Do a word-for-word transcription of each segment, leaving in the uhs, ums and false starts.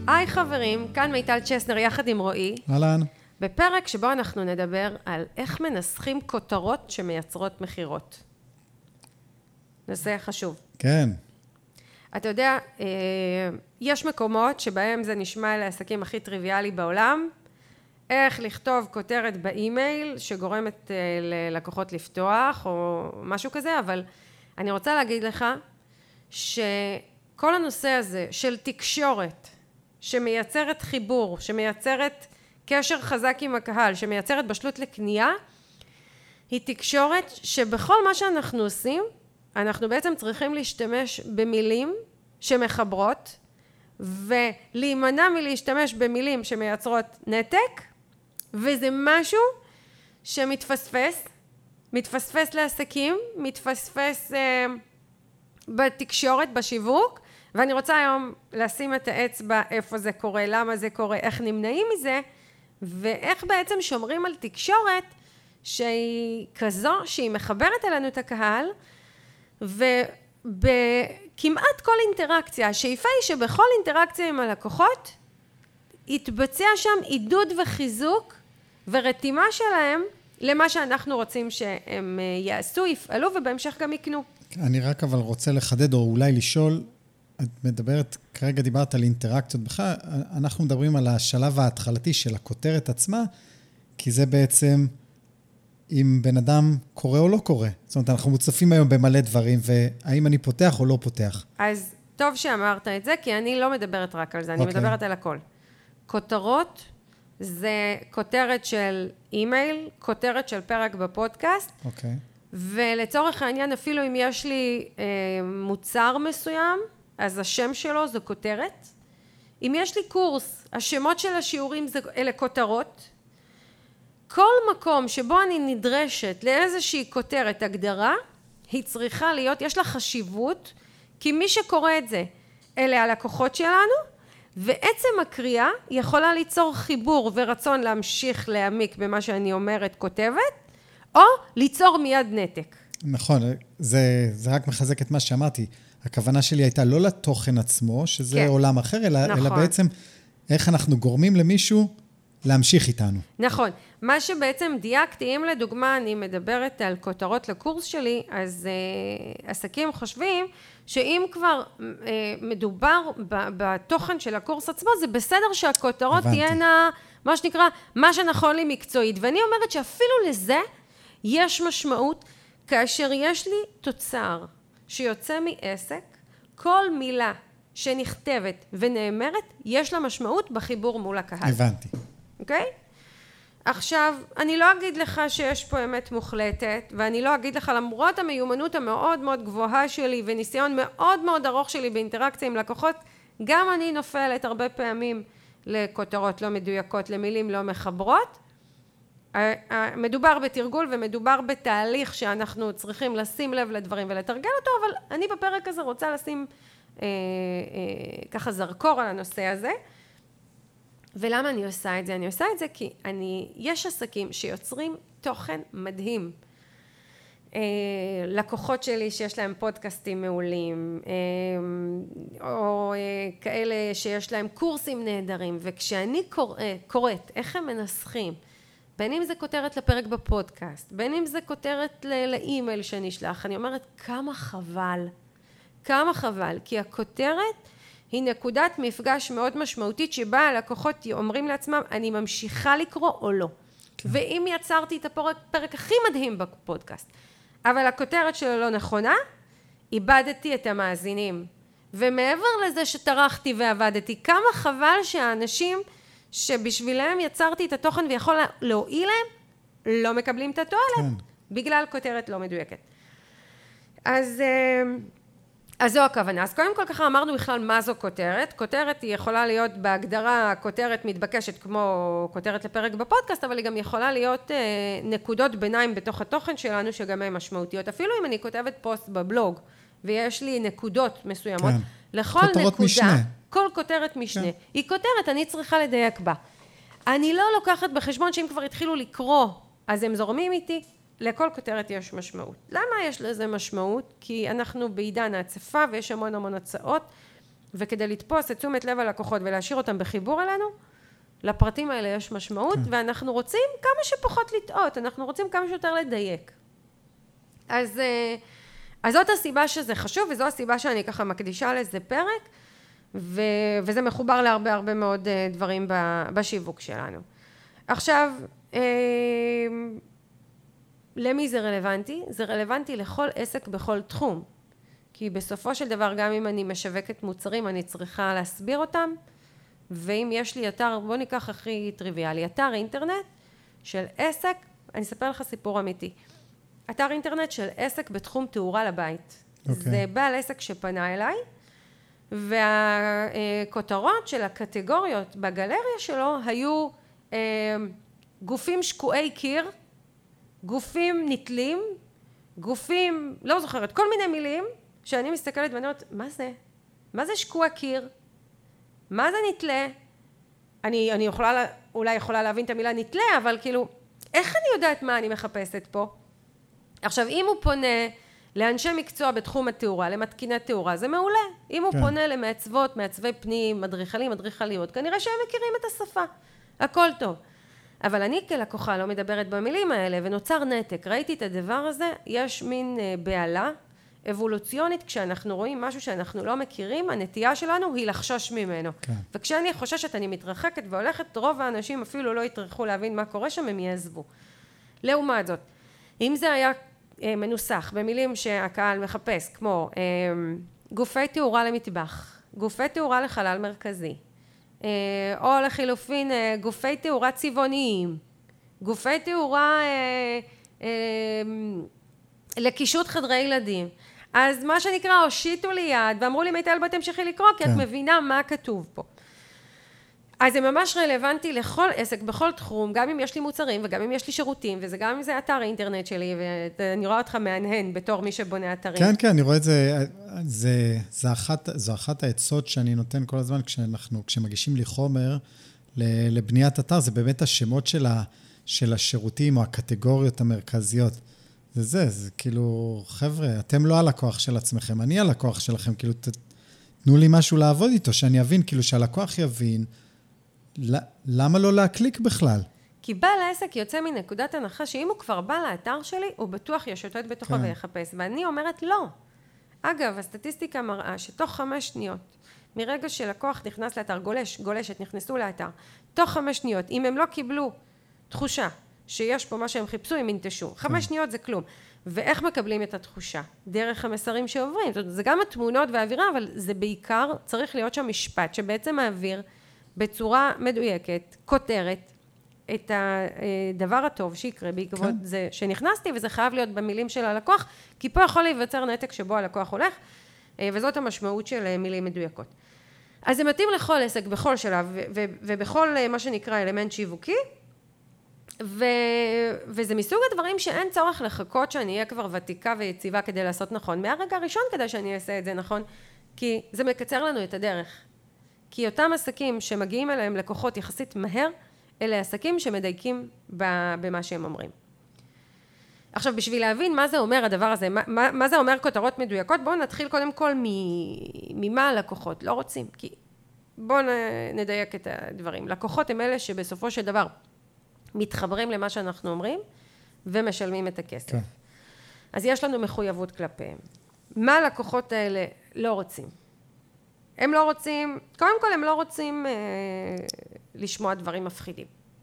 היי חברים, כאן מיטל צ'סנר יחד עם רועי. אהלן. בפרק שבו אנחנו נדבר על איך מנסחים כותרות שמייצרות מחירות. נושא חשוב. כן. אתה יודע, יש מקומות שבהם זה נשמע לעסקים הכי טריוויאלי בעולם, איך לכתוב כותרת באימייל שגורמת ללקוחות לפתוח או משהו כזה, אבל אני רוצה להגיד לך שכל הנושא הזה של תקשורת, שמייצרת חיבור, שמייצרת קשר חזק עם הקהל, שמייצרת בשלות לקנייה, היא תקשורת שבכל מה שאנחנו עושים, אנחנו בעצם צריכים להשתמש במילים שמחברות, ולהימנע מלהשתמש במילים שמייצרות נתק, וזה משהו שמתפספס, מתפספס לעסקים, מתפספס אה, בתקשורת, בשיווק, ואני רוצה היום לשים את האצבע איפה זה קורה, למה זה קורה, איך נמנעים מזה, ואיך בעצם שומרים על תקשורת שהיא כזו, שהיא מחברת אלינו את הקהל, ובכמעט כל אינטראקציה, השאיפה היא שבכל אינטראקציה עם הלקוחות, יתבצע שם עידוד וחיזוק ורתימה שלהם למה שאנחנו רוצים שהם יעשו, יפעלו ובהמשך גם יקנו. אני רק אבל רוצה לחדד או אולי לשאול, את מדברת, כרגע דיברת על אינטראקציות בכלל, אנחנו מדברים על השלב ההתחלתי של הכותרת עצמה, כי זה בעצם אם בן אדם קורא או לא קורא. זאת אומרת, אנחנו מוצפים היום במלא דברים, והאם אני פותח או לא פותח. אז טוב שאמרת את זה, כי אני לא מדברת רק על זה, אני okay. מדברת על הכל. כותרות זה כותרת של אימייל, כותרת של פרק בפודקאסט, אוקיי. Okay. ולצורך העניין, אפילו אם יש לי אה, מוצר מסוים, אז השם שלו זו כותרת. אם יש לי קורס, השמות של השיעורים זה, אלה כותרות. כל מקום שבו אני נדרשת לאיזושהי כותרת, הגדרה, היא צריכה להיות, יש לה חשיבות, כי מי שקורא את זה, אלה הלקוחות שלנו, ועצם הקריאה יכולה ליצור חיבור ורצון להמשיך להעמיק במה שאני אומרת, כותבת, או ליצור מיד נתק. נכון, זה, זה רק מחזק את מה שאמרתי. הכוונה שלי הייתה לא לתוכן עצמו, שזה כן. עולם אחר, אלא, נכון. אלא בעצם איך אנחנו גורמים למישהו להמשיך איתנו. נכון. מה שבעצם דייקתי, אם לדוגמה אני מדברת על כותרות לקורס שלי, אז אה, עסקים חושבים שאם כבר אה, מדובר ב, בתוכן של הקורס עצמו, זה בסדר שהכותרות תהיינה, מה שנקרא, מה שנכון לי מקצועית. ואני אומרת שאפילו לזה יש משמעות, כאשר יש לי תוצר שיוצא מעסק, כל מילה שנכתבת ונאמרת, יש לה משמעות בחיבור מול הקהל. הבנתי. אוקיי? עכשיו, אני לא אגיד לך שיש פה אמת מוחלטת, ואני לא אגיד לך, למרות המיומנות המאוד מאוד גבוהה שלי, וניסיון מאוד מאוד ארוך שלי באינטראקציה עם לקוחות, גם אני נופלת הרבה פעמים לכותרות לא מדויקות, למילים לא מחברות. מדובר בתרגול ומדובר בתהליך שאנחנו צריכים לשים לב לדברים ולתרגל אותו, אבל אני בפרק הזה רוצה לשים אה, אה, ככה זרקור על הנושא הזה. ולמה אני עושה את זה? אני עושה את זה כי אני, יש עסקים שיוצרים תוכן מדהים. אה, לקוחות שלי שיש להם פודקאסטים מעולים, אה, או אה, כאלה שיש להם קורסים נהדרים, וכשאני קורא, קוראת איך הם מנסחים, בין אם זה כותרת לפרק בפודקאסט, בין אם זה כותרת לאימייל שנשלח, אני אומרת כמה חבל, כמה חבל, כי הכותרת היא נקודת מפגש מאוד משמעותית שבה הלקוחות אומרים לעצמם, אני ממשיכה לקרוא או לא. כן. ואם יצרתי את הפרק פרק הכי מדהים בפודקאסט, אבל הכותרת שלו לא נכונה, איבדתי את המאזינים. ומעבר לזה שטרחתי ועבדתי, כמה חבל שהאנשים שבשבילם יצרתי את התוכן ויכול להועיל להם, לא מקבלים את התועלת, כן. בגלל כותרת לא מדויקת. אז... אז זו הכוונה. אז קודם כל ככה אמרנו בכלל מה זו כותרת. כותרת היא יכולה להיות בהגדרה, כותרת מתבקשת כמו כותרת לפרק בפודקאסט, אבל היא גם יכולה להיות אה, נקודות ביניים בתוך התוכן שלנו שגם הן משמעותיות. אפילו אם אני כותבת פוסט בבלוג ויש לי נקודות מסוימות, כן. לכל נקודה, משנה. כל כותרת משנה, כן. היא כותרת, אני צריכה לדייק בה. אני לא לוקחת בחשבון שאם כבר התחילו לקרוא, אז הם זורמים איתי. לכל כותרת יש משמעות. למה יש לזה משמעות? כי אנחנו בעידן ההצפה ויש המון המון הצעות, וכדי לתפוס את תשומת לב הלקוחות ולהשאיר אותם בחיבור אלינו, לפרטים האלה יש משמעות, כן. ואנחנו רוצים כמה שפחות לטעות, אנחנו רוצים כמה שיותר לדייק. אז, אז זאת הסיבה שזה חשוב, וזו הסיבה שאני ככה מקדישה לזה פרק, ו, וזה מחובר להרבה הרבה מאוד דברים בשיווק שלנו. עכשיו, למי זה רלוונטי? זה רלוונטי לכל עסק בכל תחום. כי בסופו של דבר, גם אם אני משווקת מוצרים, אני צריכה להסביר אותם, ואם יש לי אתר, בוא ניקח הכי טריוויאלי, אתר אינטרנט של עסק, אני אספר לך סיפור אמיתי. אתר אינטרנט של עסק בתחום תאורה לבית. Okay. זה בעל עסק שפנה אליי, והכותרות של הקטגוריות בגלריה שלו היו גופים שקועי קיר, גופים נטלים, גופים, לא זוכרת, כל מיני מילים שאני מסתכלת ואני אומרת, מה זה? מה זה שקוע קיר? מה זה נטלה? אני, אני יכולה, אולי יכולה להבין את המילה נטלה, אבל כאילו, איך אני יודעת מה אני מחפשת פה? עכשיו, אם הוא פונה לאנשי מקצוע בתחום התאורה, למתקיני תאורה, זה מעולה. אם הוא כן. פונה למעצבות, מעצבי פנים, מדריכלים, מדריכליות, כנראה שהם מכירים את השפה. הכל טוב. אבל אני כלקוחה לא מדברת במילים האלה, ונוצר נתק. ראיתי את הדבר הזה, יש מין בעלה אבולוציונית, כשאנחנו רואים משהו שאנחנו לא מכירים, הנטייה שלנו היא לחשוש ממנו. כן. וכשאני חוששת, אני מתרחקת והולכת, רוב האנשים אפילו לא יטרחו להבין מה קורה שם, הם יעזבו. לעומת זאת, אם זה היה מנוסח במילים שהקהל מחפש, כמו גופי תאורה למטבח, גופי תאורה לחלל מרכזי, או לחילופין גופי תאורה צבעוניים, גופי תאורה לקישוט חדרי ילדים, אז מה שנקרא הושיטו לי יד ואמרו לי מיטל בוא תמשיכי לקרוא כי את מבינה מה כתוב פה. אז זה ממש רלוונטי לכל עסק, בכל תחום, גם אם יש לי מוצרים וגם אם יש לי שירותים, וזה גם אם זה אתר אינטרנט שלי, ואני רואה אותך מהנהן בתור מי שבונה אתרים. כן, כן, אני רואה את זה, זה, זה אחת, זו אחת העצות שאני נותן כל הזמן, כשאנחנו, כשמגישים לי חומר לבניית אתר, זה באמת השמות של, ה, של השירותים או הקטגוריות המרכזיות. זה זה, זה כאילו, חבר'ה, אתם לא הלקוח של עצמכם, אני הלקוח שלכם, כאילו, תנו לי משהו לעבוד איתו, שאני אבין, כאילו, שהלקוח יבין, למה לא להקליק בכלל? כי בעל העסק יוצא מנקודת הנחה שאם הוא כבר בא לאתר שלי, הוא בטוח ישוטט בתוכו כן. ויחפש. ואני אומרת לא. אגב, הסטטיסטיקה מראה שתוך חמש שניות, מרגע שלקוח נכנס לאתר, גולש, גולשת, נכנסו לאתר, תוך חמש שניות, אם הם לא קיבלו תחושה שיש פה מה שהם חיפשו, הם ינטשו. כן. חמש שניות זה כלום. ואיך מקבלים את התחושה? דרך המסרים שעוברים. זה גם התמונות והאווירה, אבל זה בעיקר צריך להיות שם משפט שבעצם מעביר בצורה מדויקת, כותרת, את הדבר הטוב שיקרה בעקבות כן. זה שנכנסתי, וזה חייב להיות במילים של הלקוח, כי פה יכול להיווצר נתק שבו הלקוח הולך, וזאת המשמעות של מילים מדויקות. אז זה מתאים לכל עסק, בכל שלב, ו- ו- ובכל מה שנקרא אלמנט שיווקי, ו- וזה מסוג הדברים שאין צורך לחכות שאני אהיה כבר ותיקה ויציבה כדי לעשות נכון. מהרגע הראשון כדי שאני אעשה את זה נכון, כי זה מקצר לנו את הדרך. כי אותם עסקים שמגיעים אליהם לקוחות יחסית מהר, אלה עסקים שמדייקים במה שהם אומרים. עכשיו, בשביל להבין מה זה אומר הדבר הזה, מה, מה זה אומר כותרות מדויקות, בואו נתחיל קודם כל ממה הלקוחות לא רוצים, כי בואו נדייק את הדברים. לקוחות הם אלה שבסופו של דבר מתחברים למה שאנחנו אומרים, ומשלמים את הכסף. כן. אז יש לנו מחויבות כלפיהם. מה הלקוחות האלה לא רוצים? הם לא רוצים, קודם כל הם לא רוצים אה, לשמוע דברים מפחידים.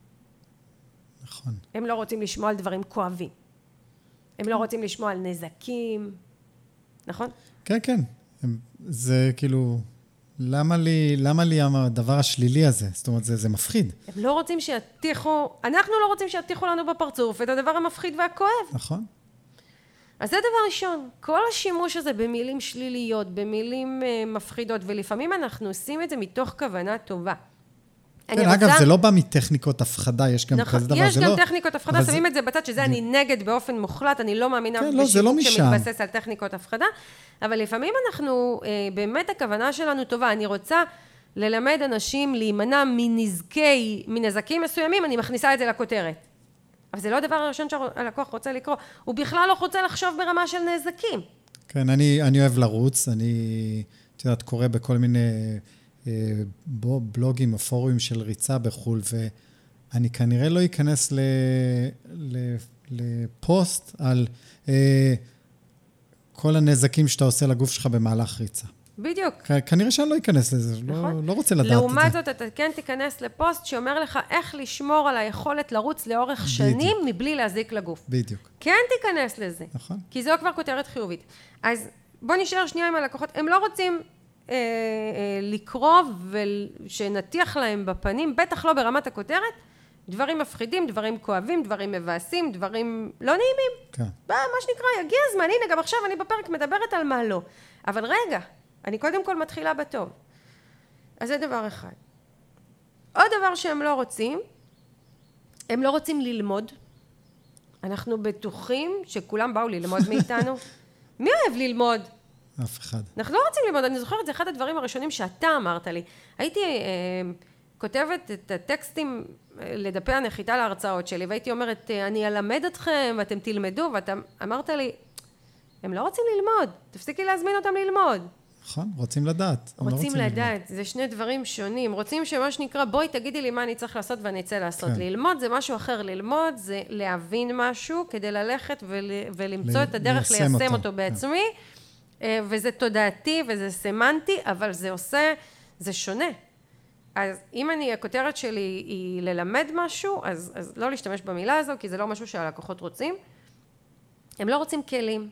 נכון. הם לא רוצים לשמוע על דברים כואבים. הם לא רוצים לשמוע על נזקים, נכון? כן, כן. זה כאילו, למה לי, למה לי הדבר השלילי הזה? זאת אומרת, זה, זה מפחיד. הם לא רוצים שיתיחו, אנחנו לא רוצים שיתיחו לנו בפרצוף את הדבר המפחיד והכואב. נכון. אז זה דבר ראשון, כל השימוש הזה במילים שליליות, במילים uh, מפחידות, ולפעמים אנחנו עושים את זה מתוך כוונה טובה. כן, אגב, רוצה... זה לא בא מטכניקות הפחדה, יש גם נכון, כזה דבר. יש גם לא... טכניקות הפחדה, שמים זה... את זה בצד, שזה זה... אני נגד באופן מוחלט, אני לא מאמינה כן, בשיווק לא, לא שמתבסס על טכניקות הפחדה, אבל לפעמים אנחנו, uh, באמת הכוונה שלנו טובה, אני רוצה ללמד אנשים להימנע מנזקי, מנזקים מסוימים, אני מכניסה את זה לכותרת. אבל זה לא הדבר הראשון שהלקוח רוצה לקרוא. הוא בכלל לא רוצה לחשוב ברמה של נזקים. כן, אני, אני אוהב לרוץ, אני את יודעת, קורא בכל מיני בלוגים או פורומים של ריצה בחול, ואני כנראה לא אכנס ל, ל, לפוסט על אה, כל הנזקים שאתה עושה לגוף שלך במהלך ריצה. בדיוק. כנראה שאני לא אכנס לזה, נכון. לא, לא רוצה לדעת את זה. לעומת זאת, אתה כן תיכנס לפוסט שאומר לך איך לשמור על היכולת לרוץ לאורך בדיוק. שנים מבלי להזיק לגוף. בדיוק. כן תיכנס לזה. נכון. כי זו כבר כותרת חיובית. אז בוא נשאר שנייה עם הלקוחות. הם לא רוצים אה, אה, לקרוא ושנתיח להם בפנים, בטח לא ברמת הכותרת, דברים מפחידים, דברים כואבים, דברים מבאסים, דברים לא נעימים. כן. מה שנקרא, יגיע הזמן, הנה, גם עכשיו אני בפרק מדברת על מה לא. אבל רגע, אני קודם כל מתחילה בטוב. אז זה דבר אחד. עוד דבר שהם לא רוצים, הם לא רוצים ללמוד. אנחנו בטוחים שכולם באו ללמוד מאיתנו. מי אוהב ללמוד? אף אחד. אנחנו לא רוצים ללמוד, אני זוכרת, זה אחד הדברים הראשונים שאתה אמרת לי. הייתי אה, כותבת את הטקסטים לדפי הנחיתה להרצאות שלי, והייתי אומרת, אני אלמד אתכם, ואתם תלמדו, ואתה אמרת לי, הם לא רוצים ללמוד, תפסיקי להזמין אותם ללמוד. נכון, רוצים לדעת. רוצים לא לדעת, ללמוד. זה שני דברים שונים. רוצים שמה שנקרא, בואי תגידי לי מה אני צריך לעשות ואני אצא לעשות. כן. ללמוד זה משהו אחר, ללמוד זה להבין משהו כדי ללכת ול, ולמצוא ל- את הדרך ליישם ליישם אותו, אותו בעצמי, כן. וזה תודעתי וזה סמנטי, אבל זה עושה, זה שונה. אז אם אני, הכותרת שלי היא ללמד משהו, אז, אז לא להשתמש במילה הזו, כי זה לא משהו שהלקוחות רוצים. הם לא רוצים כלים.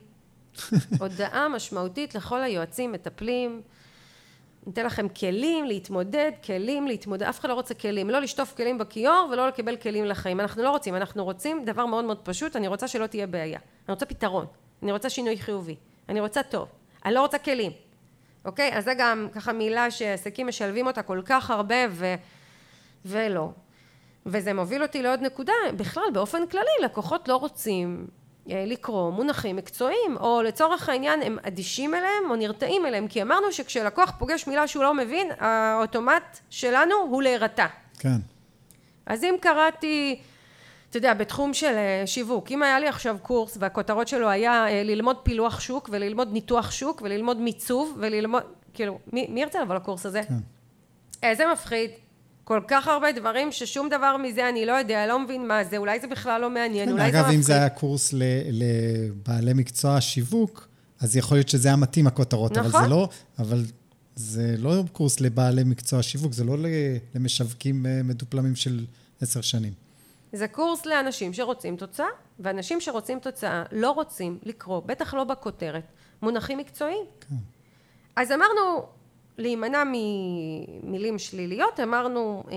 הודעה משמעותית לכל היועצים, מטפלים, ניתן לכם כלים להתמודד, כלים להתמודד, אף אחד לא רוצה כלים, לא לשטוף כלים בכיור ולא לקבל כלים לחיים, אנחנו לא רוצים, אנחנו רוצים דבר מאוד מאוד פשוט, אני רוצה שלא תהיה בעיה, אני רוצה פתרון, אני רוצה שינוי חיובי, אני רוצה טוב, אני לא רוצה כלים, אוקיי? אז זה גם ככה מילה שעסקים משלבים אותה כל כך הרבה ו... ולא. וזה מוביל אותי לעוד נקודה, בכלל באופן כללי לקוחות לא רוצים לקרוא מונחים מקצועיים, או לצורך העניין הם אדישים אליהם או נרתעים אליהם, כי אמרנו שכשלקוח פוגש מילה שהוא לא מבין, האוטומט שלנו הוא להירתע. כן. אז אם קראתי, אתה יודע, בתחום של שיווק, אם היה לי עכשיו קורס והכותרות שלו היה ללמוד פילוח שוק וללמוד ניתוח שוק וללמוד מיצוב וללמוד, כאילו, מי, מי ירצה לבוא לקורס הזה? כן. איזה מפחיד. כל כך הרבה דברים ששום דבר מזה אני לא יודע, לא מבין מה זה, אולי זה בכלל לא מעניין, אולי זה אגב, מפחיד. אם זה היה קורס לבעלי מקצוע שיווק, אז יכול להיות שזה היה מתאים הכותרות, נכון. אבל זה לא, אבל זה לא קורס לבעלי מקצוע שיווק, זה לא למשווקים מדופלמים של עשר שנים. זה קורס לאנשים שרוצים תוצאה, ואנשים שרוצים תוצאה לא רוצים לקרוא, בטח לא בכותרת, מונחים מקצועיים. כן. אז אמרנו, להימנע ממילים שליליות, אמרנו אה,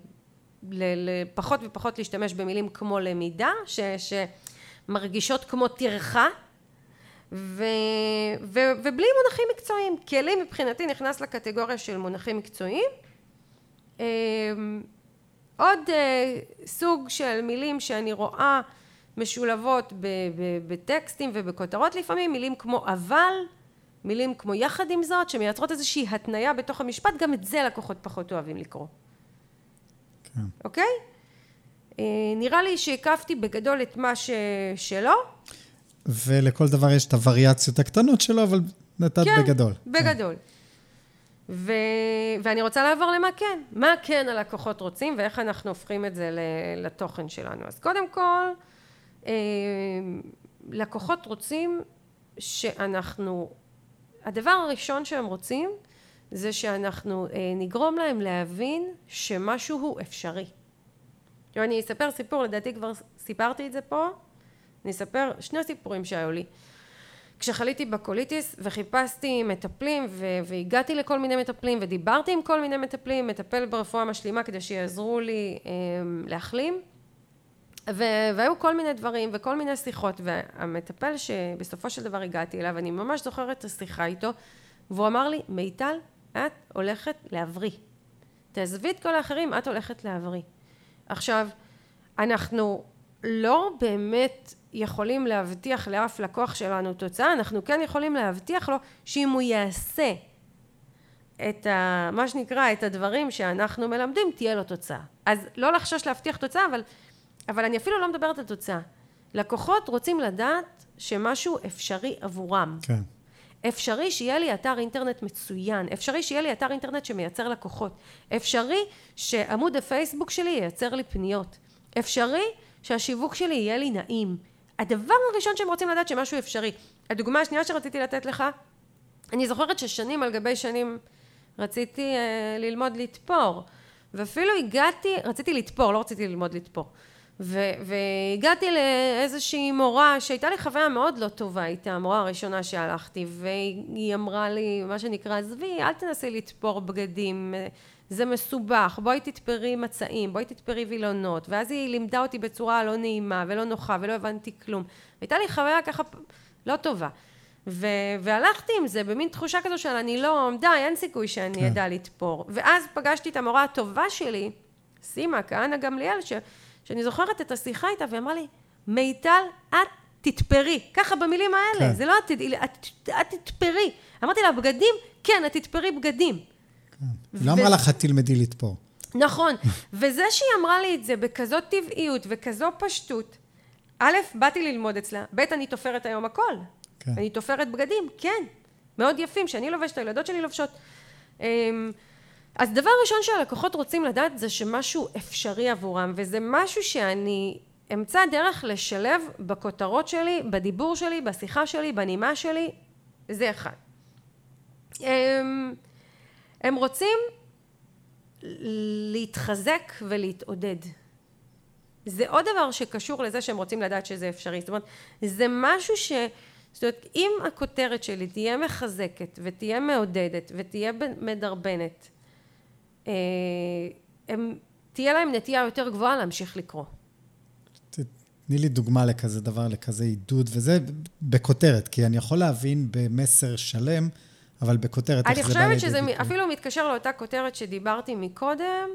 לפחות ופחות להשתמש במילים כמו למידה, ש, שמרגישות כמו תרחה, ו, ו, ובלי מונחים מקצועיים. כלים מבחינתי נכנס לקטגוריה של מונחים מקצועיים. אה, עוד אה, סוג של מילים שאני רואה משולבות ב, ב, בטקסטים ובכותרות לפעמים, מילים כמו אבל, מילים כמו יחד עם זאת, שמייצרות איזושהי התניה בתוך המשפט, גם את זה לקוחות פחות אוהבים לקרוא. כן. אוקיי? נראה לי שהקפתי בגדול את מה ש... שלא. ולכל דבר יש את הווריאציות הקטנות שלו, אבל נתת כן, בגדול. בגדול. כן. ו... ואני רוצה לעבור למה כן. מה כן הלקוחות רוצים, ואיך אנחנו הופכים את זה לתוכן שלנו. אז קודם כל, לקוחות רוצים שאנחנו... הדבר הראשון שהם רוצים זה שאנחנו נגרום להם להבין שמשהו הוא אפשרי. אני אספר סיפור, לדעתי כבר סיפרתי את זה פה, אני אספר שני סיפורים שהיו לי. כשחליתי בקוליטיס וחיפשתי מטפלים והגעתי לכל מיני מטפלים ודיברתי עם כל מיני מטפלים, מטפל ברפואה משלימה כדי שיעזרו לי להחלים, והיו כל מיני דברים וכל מיני שיחות, והמטפל שבסופו של דבר הגעתי אליו, אני ממש זוכרת את השיחה איתו, והוא אמר לי, מיטל, את הולכת להבריא. תעזבי את כל האחרים, את הולכת להבריא. עכשיו, אנחנו לא באמת יכולים להבטיח לאף לקוח שלנו תוצאה, אנחנו כן יכולים להבטיח לו שאם הוא יעשה את ה, מה שנקרא, את הדברים שאנחנו מלמדים, תהיה לו תוצאה. אז לא לחשוש להבטיח תוצאה, אבל אבל אני אפילו לא מדברת על תוצאה. לקוחות רוצים לדעת שמשהו אפשרי עבורם. כן. אפשרי שיהיה לי אתר אינטרנט מצוין, אפשרי שיהיה לי אתר אינטרנט שמייצר לקוחות, אפשרי שעמוד הפייסבוק שלי ייצר לי פניות, אפשרי שהשיווק שלי יהיה לי נעים. הדבר הראשון שהם רוצים לדעת שמשהו אפשרי. הדוגמה השנייה שרציתי לתת לך, אני זוכרת ששנים על גבי שנים רציתי אה, ללמוד לתפור, ואפילו הגעתי, רציתי לתפור, לא רציתי ללמוד לתפור. ו- והגעתי לאיזושהי מורה שהייתה לי חוויה מאוד לא טובה איתה, המורה הראשונה שהלכתי, והיא אמרה לי, מה שנקרא, עזבי, אל תנסי לתפור בגדים, זה מסובך, בואי תתפרי מצעים, בואי תתפרי וילונות, ואז היא לימדה אותי בצורה לא נעימה ולא נוחה ולא הבנתי כלום. הייתה לי חוויה ככה לא טובה. ו- והלכתי עם זה במין תחושה כזו של אני לא, די, אין סיכוי שאני כן. ידע לתפור. ואז פגשתי את המורה הטובה שלי, סימה, כהנא גמליאל, ש... שאני זוכרת את השיחה איתה, והיא אמרה לי, מיטל, את תתפרי. ככה במילים האלה, כן. זה לא את, את, את תתפרי. אמרתי לה, בגדים? כן, את תתפרי בגדים. כן. ו... לא אמרה לך, תלמדי לתפור. נכון. וזה שהיא אמרה לי את זה בכזאת טבעיות וכזו פשטות, א', באתי ללמוד אצלה, ב', אני תופרת היום הכל. כן. אני תופרת בגדים, כן. מאוד יפים, שאני לובשת, הילדות שלי לובשות. אז דבר ראשון שהלקוחות רוצים לדעת זה שמשהו אפשרי עבורם, וזה משהו שאני אמצא דרך לשלב בכותרות שלי, בדיבור שלי, בשיחה שלי, בנימה שלי, זה אחד. הם, הם רוצים להתחזק ולהתעודד. זה עוד דבר שקשור לזה שהם רוצים לדעת שזה אפשרי. זאת אומרת, זה משהו ש... זאת אומרת, אם הכותרת שלי תהיה מחזקת ותהיה מעודדת ותהיה מדרבנת, הם, תהיה להם נטייה יותר גבוהה להמשיך לקרוא. תני לי דוגמה לכזה דבר, לכזה עידוד, וזה בכותרת, כי אני יכול להבין במסר שלם, אבל בכותרת... אני חושבת שזה אפילו מתקשר לאותה כותרת שדיברתי מקודם,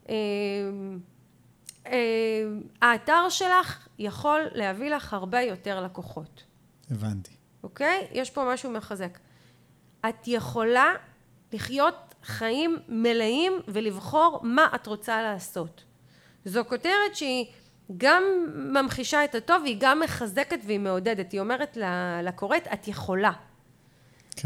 האתר שלך יכול להביא לך הרבה יותר לקוחות. הבנתי. אוקיי? יש פה משהו מחזק. את יכולה לחיות חיים מלאים ולבחור מה את רוצה לעשות. זו כותרת שהיא גם ממחישה את הטוב, והיא גם מחזקת והיא מעודדת. היא אומרת לקוראת, את יכולה. כן.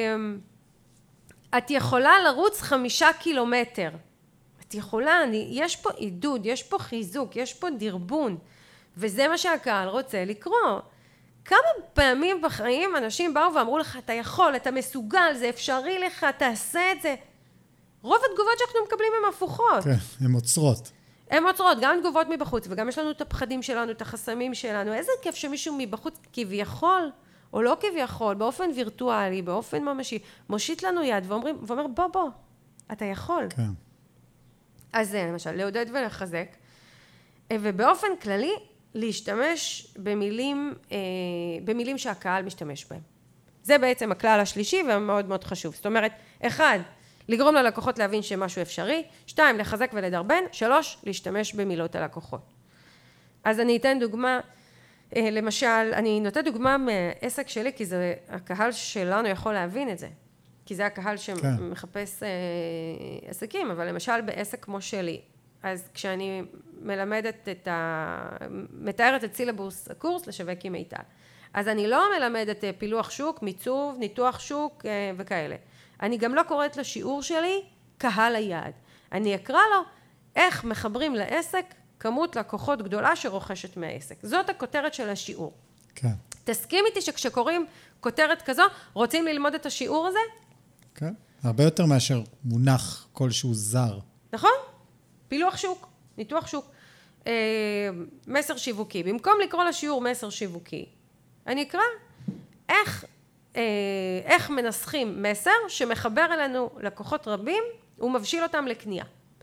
את יכולה לרוץ חמישה קילומטר. את יכולה, אני, יש פה עידוד, יש פה חיזוק, יש פה דרבון. וזה מה שהקהל רוצה לקרוא. כמה פעמים בחיים אנשים באו ואמרו לך, אתה יכול, אתה מסוגל, זה אפשרי לך, תעשה את זה. רוב התגובות שאנחנו מקבלים הן הפוכות. כן, הן עוצרות. הן עוצרות, גם תגובות מבחוץ, וגם יש לנו את הפחדים שלנו, את החסמים שלנו. איזה כיף שמישהו מבחוץ כביכול, או לא כביכול, באופן וירטואלי, באופן ממשי, מושיט לנו יד ואומרים, ואומר, בוא, בוא, אתה יכול. כן. אז זה למשל, לעודד ולחזק, ובאופן כללי, להשתמש במילים, אה, במילים שהקהל משתמש בהם. זה בעצם הכלל השלישי ומאוד מאוד חשוב. זאת אומרת, אחד, לגרום ללקוחות להבין שמשהו אפשרי, שתיים, לחזק ולדרבן, שלוש, להשתמש במילות הלקוחות. אז אני אתן דוגמה, אה, למשל, אני נותנת דוגמה מעסק שלי, כי זה הקהל שלנו יכול להבין את זה. כי זה הקהל שמחפש אה, עסקים, אבל למשל בעסק כמו שלי, אז כשאני מלמדת את ה... מתארת את סילבוס הקורס לשווק עם מיטל. אז אני לא מלמדת פילוח שוק, מיצוב, ניתוח שוק וכאלה. אני גם לא קוראת לשיעור שלי קהל היעד. אני אקרא לו איך מחברים לעסק כמות לקוחות גדולה שרוכשת מהעסק. זאת הכותרת של השיעור. כן. תסכים איתי שכשקוראים כותרת כזו, רוצים ללמוד את השיעור הזה? כן. הרבה יותר מאשר מונח כלשהו זר. נכון? פילוח שוק, ניתוח שוק, אה, מסר שיווקי. במקום לקרוא לשיעור מסר שיווקי, אני אקרא איך, אה, איך מנסחים מסר שמחבר אלינו לקוחות רבים ומבשיל אותם לקנייה.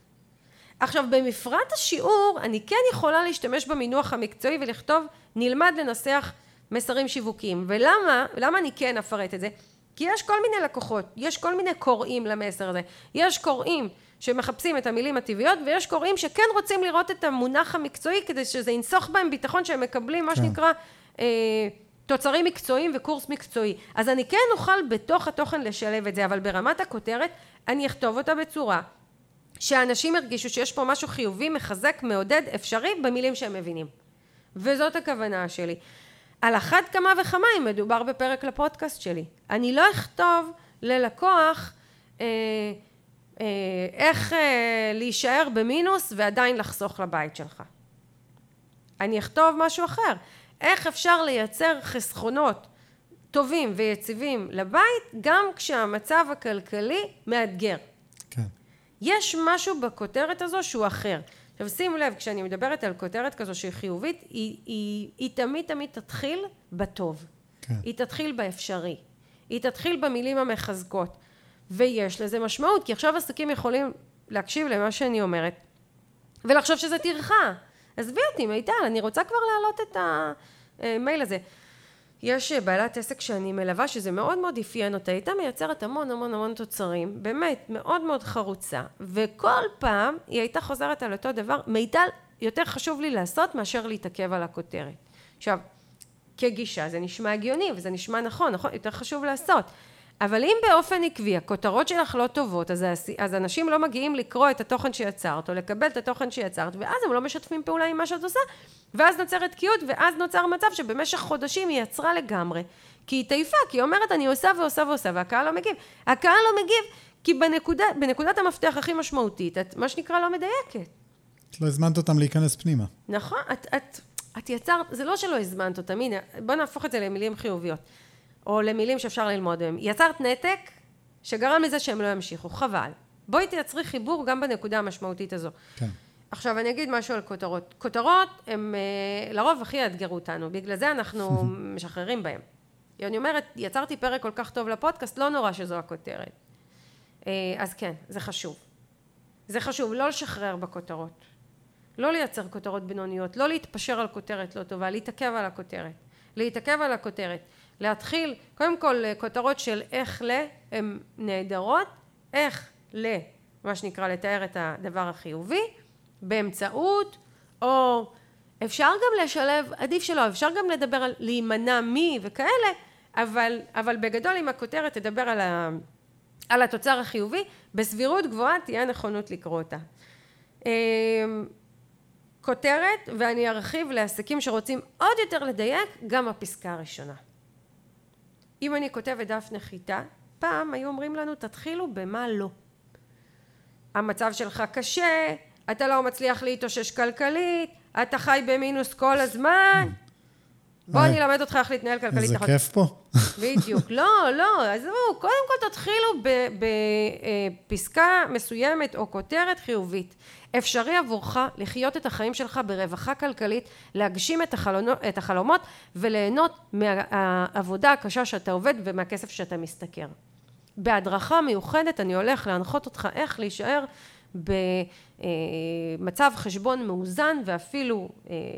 עכשיו, במפרט השיעור, אני כן יכולה להשתמש במינוח המקצועי ולכתוב, נלמד לנסח מסרים שיווקיים. ולמה? למה אני כן אפרט את זה? כי יש כל מיני לקוחות, יש כל מיני קוראים למסר הזה. יש קוראים שמחפשים את המילים הטבעיות, ויש קוראים שכן רוצים לראות את המונח המקצועי, כדי שזה ינסוך בהם ביטחון שהם מקבלים, מה שנקרא, אה, תוצרים מקצועיים וקורס מקצועי. אז אני כן אוכל בתוך התוכן לשלב את זה, אבל ברמת הכותרת, אני אכתוב אותה בצורה, שהאנשים הרגישו שיש פה משהו חיובי, מחזק, מעודד, אפשרי, במילים שהם מבינים. וזאת הכוונה שלי. על אחת כמה וכמה אם מדובר בפרק לפודקאסט שלי. אני לא אכתוב ללקוח אה, אה, איך אה, להישאר במינוס ועדיין לחסוך לבית שלך. אני אכתוב משהו אחר. איך אפשר לייצר חסכונות טובים ויציבים לבית, גם כשהמצב הכלכלי מאתגר. כן. יש משהו בכותרת הזו שהוא אחר. עכשיו שימו לב, כשאני מדברת על כותרת כזו שהיא חיובית, היא, היא, היא תמיד תמיד תתחיל בטוב. כן. היא תתחיל באפשרי. היא תתחיל במילים המחזקות. ויש לזה משמעות, כי עכשיו עסקים יכולים להקשיב למה שאני אומרת, ולחשוב שזה טרחה. עזבי אותי, מיטל, אני רוצה כבר להעלות את המייל הזה. יש בעלת עסק שאני מלווה, שזה מאוד מאוד אפיין אותה, הייתה מייצרת המון המון המון תוצרים, באמת מאוד מאוד חרוצה, וכל פעם היא הייתה חוזרת על אותו דבר, מיטל יותר חשוב לי לעשות מאשר להתעכב על הכותרת. עכשיו, כגישה זה נשמע הגיוני, וזה נשמע נכון, נכון, יותר חשוב לעשות. אבל אם באופן עקבי הכותרות שלך לא טובות, אז, אז אנשים לא מגיעים לקרוא את התוכן שיצרת, או לקבל את התוכן שיצרת, ואז הם לא משתפים פעולה עם מה שאת עושה, ואז נוצרת תקיעות, ואז נוצר מצב שבמשך חודשים היא יצרה לגמרי, כי היא תעיפה, כי היא אומרת אני עושה ועושה ועושה, והקהל לא מגיב. הקהל לא מגיב, כי בנקודה, בנקודת המפתח הכי משמעותית, את מה שנקרא לא מדייקת. את לא הזמנת אותם להיכנס פנימה. נכון, את, את, את יצרת, זה לא שלא הזמנת אותם, הנה, בוא נהפוך את זה למילים חיוביות. או למילים שאפשר ללמוד מהם. יצרת נתק שגרם לזה שהם לא ימשיכו, חבל. בואי תייצרי חיבור גם בנקודה המשמעותית הזו. כן. עכשיו אני אגיד משהו על כותרות. כותרות הם לרוב הכי יאתגרו אותנו, בגלל זה אנחנו משחררים בהם. אני אומרת, יצרתי פרק כל כך טוב לפודקאסט, לא נורא שזו הכותרת. אז כן, זה חשוב. זה חשוב, לא לשחרר בכותרות. לא לייצר כותרות בינוניות, לא להתפשר על כותרת לא טובה, להתעכב על הכותרת. להתעכב על הכותרת. להתחיל, קודם כל, כותרות של איך ל, הן נהדרות, איך ל, מה שנקרא, לתאר את הדבר החיובי, באמצעות, או אפשר גם לשלב, עדיף שלא, אפשר גם לדבר על להימנע מי וכאלה, אבל, אבל בגדול אם הכותרת תדבר על, ה, על התוצר החיובי, בסבירות גבוהה תהיה נכונות לקרוא אותה. כותרת, ואני ארחיב לעסקים שרוצים עוד יותר לדייק, גם הפסקה הראשונה. אם אני כותבת דף נחיתה, פעם היו אומרים לנו, תתחילו במה לא. המצב שלך קשה, אתה לא מצליח להתאושש כלכלית, אתה חי במינוס כל הזמן, בוא אני אלמד אותך איך להתנהל כלכלית. איזה כיף פה. בדיוק. לא, לא, אז זהו, קודם כל תתחילו בפסקה מסוימת או כותרת חיובית. אפשרי עבורך לחיות את החיים שלך ברווחה כלכלית, להגשים את החלומות וליהנות מהעבודה הקשה שאתה עובד ומהכסף שאתה מסתכר. בהדרכה מיוחדת אני הולך להנחות אותך איך להישאר במצב חשבון מאוזן ואפילו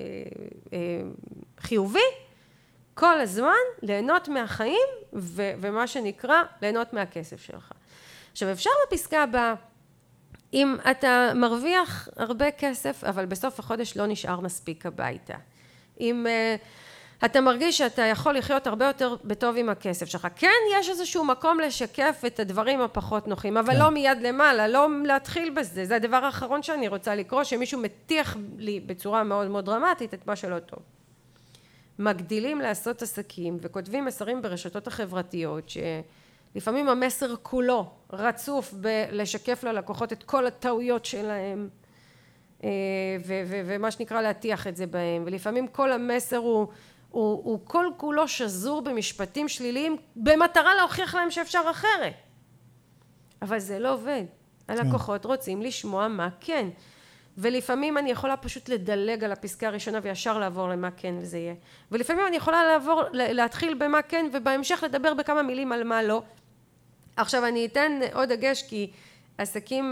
חיובי, כל הזמן ליהנות מהחיים ומה שנקרא ליהנות מהכסף שלך. עכשיו אפשר בפסקה הבאה, אם אתה מרוויח הרבה כסף, אבל בסוף החודש לא נשאר מספיק הביתה. אם uh, אתה מרגיש שאתה יכול לחיות הרבה יותר בטוב עם הכסף שלך. כן, יש איזשהו מקום לשקף את הדברים הפחות נוחים, אבל כן. לא מיד למעלה, לא להתחיל בזה. זה הדבר האחרון שאני רוצה לקרוא, שמישהו מטיח לי בצורה מאוד מאוד דרמטית את מה שלא טוב. מגדילים לעשות עסקים וכותבים מסרים ברשתות החברתיות ש... לפעמים המסר כולו רצוף בלשקף ללקוחות את כל הטעויות שלהם ו- ו- ומה שנקרא להטיח את זה בהם, ולפעמים כל המסר הוא, הוא, הוא כל כולו שזור במשפטים שליליים במטרה להוכיח להם שאפשר אחרת, אבל זה לא עובד. הלקוחות רוצים לשמוע מה כן, ולפעמים אני יכולה פשוט לדלג על הפסקה הראשונה וישר לעבור למה כן וזה יהיה, ולפעמים אני יכולה לעבור, להתחיל במה כן ובהמשך לדבר בכמה מילים על מה לא. עכשיו אני אתן עוד דגש כי עסקים,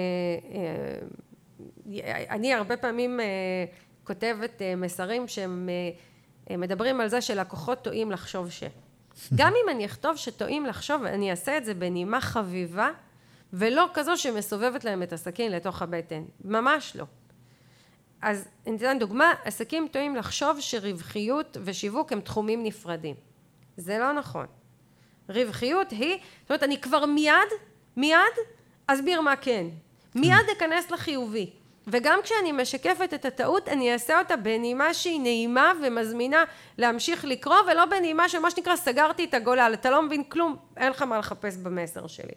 אני הרבה פעמים כותבת מסרים שהם מדברים על זה שלקוחות טועים לחשוב ש. גם אם אני אכתוב שטועים לחשוב, אני אעשה את זה בנימה חביבה, ולא כזו שמסובבת להם את הסכין לתוך הבטן, ממש לא. אז אני אתן דוגמה, עסקים טועים לחשוב שרווחיות ושיווק הם תחומים נפרדים. זה לא נכון. רווחיות היא, זאת אומרת, אני כבר מיד, מיד אסביר מה כן. מיד אכנס לחיובי. וגם כשאני משקפת את הטעות, אני אעשה אותה בנעימה שהיא נעימה ומזמינה להמשיך לקרוא, ולא בנעימה שמה שנקרא סגרתי את הגולל, אתה לא מבין כלום, אין לך מה לחפש במסר שלי.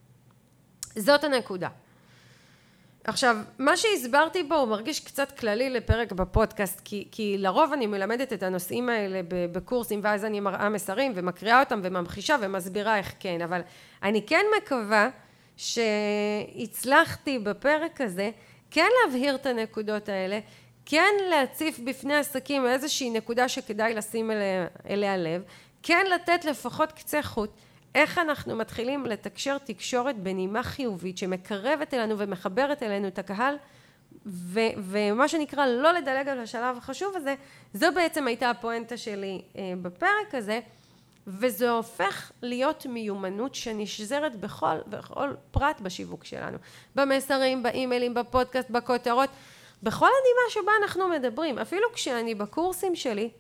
זאת הנקודה. עכשיו, מה שהסברתי בו הוא מרגיש קצת כללי לפרק בפודקאסט, כי, כי לרוב אני מלמדת את הנושאים האלה בקורסים, ואז אני מראה מסרים ומקריאה אותם וממחישה ומסבירה איך כן, אבל אני כן מקווה שהצלחתי בפרק הזה, כן להבהיר את הנקודות האלה, כן להציף בפני עסקים איזושהי נקודה שכדאי לשים אליה, אליה לב, כן לתת לפחות קצה חוט, איך אנחנו מתחילים לתקשר תקשורת בנימה חיובית שמקרבת אלינו ומחברת אלינו את הקהל, ו- ומה שנקרא לא לדלג על השלב החשוב הזה, זו בעצם הייתה הפואנטה שלי אה, בפרק הזה, וזה הופך להיות מיומנות שנשזרת בכל, בכל פרט בשיווק שלנו, במסרים, באימיילים, בפודקאסט, בכותרות, בכל הנימה שבה אנחנו מדברים. אפילו כשאני בקורסים שלי,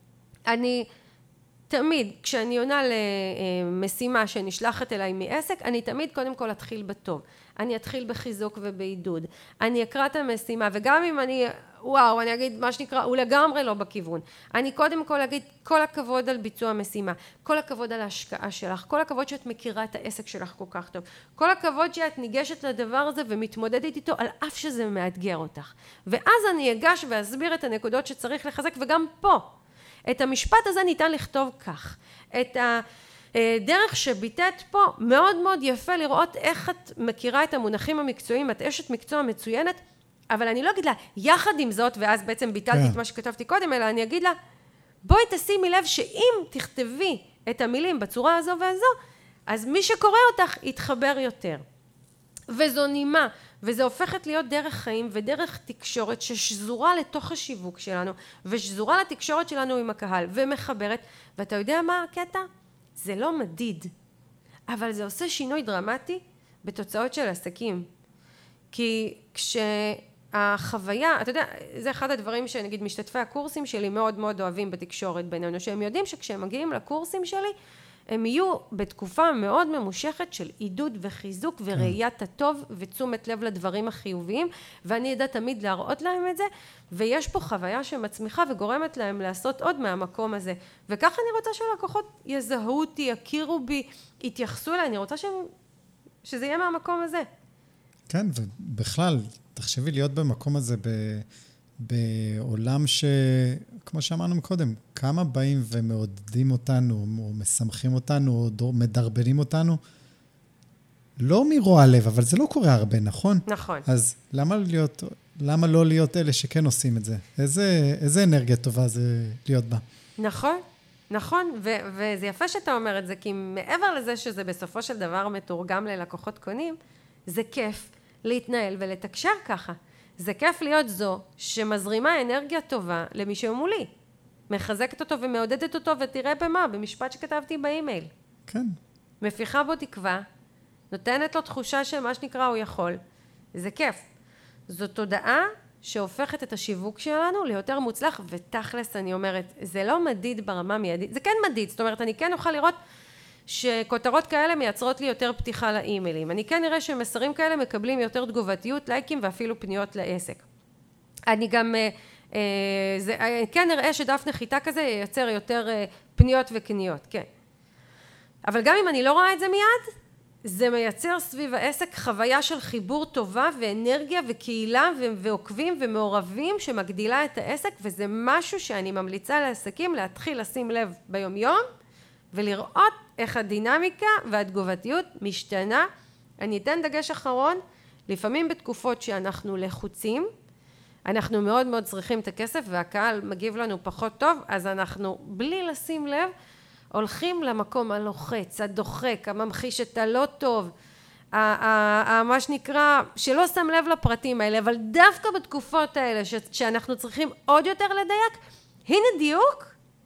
אני תמיד, כשאני עונה למשימה שנשלחת אליי מעסק, אני תמיד קודם כל אתחיל בטוב. אני אתחיל בחיזוק ובעידוד. אני אקרא את המשימה, וגם אם אני, וואו, אני אגיד מה שנקרא, הוא לגמרי לא בכיוון. אני קודם כל אגיד כל הכבוד על ביצוע המשימה, כל הכבוד על ההשקעה שלך, כל הכבוד שאת מכירה את העסק שלך כל כך טוב, כל הכבוד שאת ניגשת לדבר הזה ומתמודדת איתו, על אף שזה מאתגר אותך. ואז אני אגש ואסביר את הנקודות שצריך לחזק, וגם פה, את המשפט הזה ניתן לכתוב כך. את הדרך שביטאת פה, מאוד מאוד יפה לראות איך את מכירה את המונחים המקצועיים, את אשת מקצוע מצוינת, אבל אני לא אגיד לה, יחד עם זאת, ואז בעצם ביטלתי yeah. את מה שכתבתי קודם, אלא אני אגיד לה, בואי תשימי לב שאם תכתבי את המילים בצורה הזו והזו, אז מי שקורא אותך יתחבר יותר. וזו נימה, וזה הופכת להיות דרך חיים ודרך תקשורת ששזורה לתוך השיווק שלנו, ושזורה לתקשורת שלנו עם הקהל, ומחברת, ואתה יודע מה הקטע? זה לא מדיד, אבל זה עושה שינוי דרמטי בתוצאות של עסקים. כי כשהחוויה, אתה יודע, זה אחד הדברים שנגיד משתתפי הקורסים שלי מאוד מאוד אוהבים בתקשורת בינינו, שהם יודעים שכשהם מגיעים לקורסים שלי, הם יהיו בתקופה מאוד ממושכת של עידוד וחיזוק וראיית הטוב ותשומת לב לדברים החיוביים, ואני ידע תמיד להראות להם את זה, ויש פה חוויה שמצמיחה וגורמת להם לעשות עוד מהמקום הזה, וכך אני רוצה שלקוחות יזהו אותי, יכירו בי, יתייחסו אליי, אני רוצה שהם, שזה יהיה מהמקום הזה. כן, ובכלל, תחשבי להיות במקום הזה ב... בעולם ש... כמו שאמרנו מקודם, כמה באים ומעודדים אותנו, או משמחים אותנו, או מדרבנים אותנו, לא מרוע לב, אבל זה לא קורה הרבה, נכון? נכון. אז למה להיות, למה לא להיות אלה שכן עושים את זה? איזה, איזה אנרגיה טובה זה להיות בה? נכון, נכון, ו- וזה יפה שאתה אומר את זה, כי מעבר לזה שזה בסופו של דבר מתורגם ללקוחות קונים, זה כיף להתנהל ולתקשר ככה. זה כיף להיות זו שמזרימה אנרגיה טובה למי שמולי. מחזקת אותו ומעודדת אותו, ותראה במה, במשפט שכתבתי באימייל. כן. מפיחה בו תקווה, נותנת לו תחושה שמה שנקרא הוא יכול. זה כיף. זו תודעה שהופכת את השיווק שלנו ליותר מוצלח, ותכלס אני אומרת, זה לא מדיד ברמה מיידית, זה כן מדיד, זאת אומרת, אני כן אוכל לראות שכותרות כאלה מייצרות לי יותר פתיחה לאימיילים. אני כן נראה שמסרים כאלה מקבלים יותר תגובתיות, לייקים ואפילו פניות לעסק. אני גם, אה, זה, כן נראה שדף נחיתה כזה ייצר יותר אה, פניות וקניות, כן. אבל גם אם אני לא רואה את זה מיד, זה מייצר סביב העסק חוויה של חיבור טובה ואנרגיה וקהילה ועוקבים ומעורבים שמגדילה את העסק, וזה משהו שאני ממליצה לעסקים להתחיל לשים לב ביום יום, ולראות איך הדינמיקה והתגובתיות משתנה. אני אתן דגש אחרון, לפעמים בתקופות שאנחנו לחוצים, אנחנו מאוד מאוד צריכים את הכסף והקהל מגיב לנו פחות טוב, אז אנחנו בלי לשים לב, הולכים למקום הלוחץ, הדוחק, הממחיש את הלא טוב, מה שנקרא, שלא שם לב לפרטים האלה, אבל דווקא בתקופות האלה שאנחנו צריכים עוד יותר לדייק, הנה דיוק,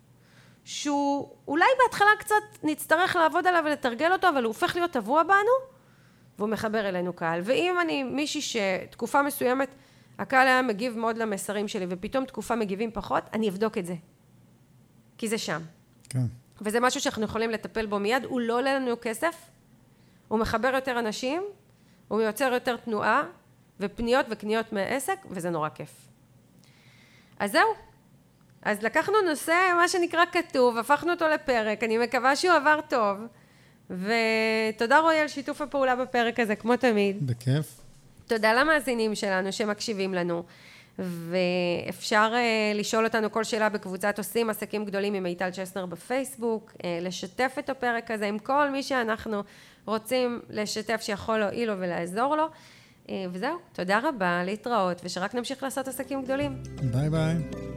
שהוא אולי בהתחלה קצת נצטרך לעבוד עליו ולתרגל אותו, אבל הוא הופך להיות טבוע בנו, והוא מחבר אלינו קהל. ואם אני מישהי שתקופה מסוימת, הקהל היה מגיב מאוד למסרים שלי, ופתאום תקופה מגיבים פחות, אני אבדוק את זה. כי זה שם. כן. וזה משהו שאנחנו יכולים לטפל בו מיד, הוא לא עולה לנו כסף, הוא מחבר יותר אנשים, הוא יוצר יותר תנועה, ופניות וקניות מהעסק, וזה נורא כיף. אז זהו. אז לקחנו נושא, מה שנקרא כתוב, הפכנו אותו לפרק, אני מקווה שהוא עבר טוב, ותודה רועי על שיתוף הפעולה בפרק הזה, כמו תמיד. בכיף. תודה למאזינים שלנו שמקשיבים לנו, ואפשר uh, לשאול אותנו כל שאלה בקבוצת עושים עסקים גדולים עם מיטל צ'סנר בפייסבוק, uh, לשתף את הפרק הזה עם כל מי שאנחנו רוצים לשתף שיכול להועיל לו ולעזור לו, uh, וזהו, תודה רבה, להתראות, ושרק נמשיך לעשות עסקים גדולים. ביי ביי.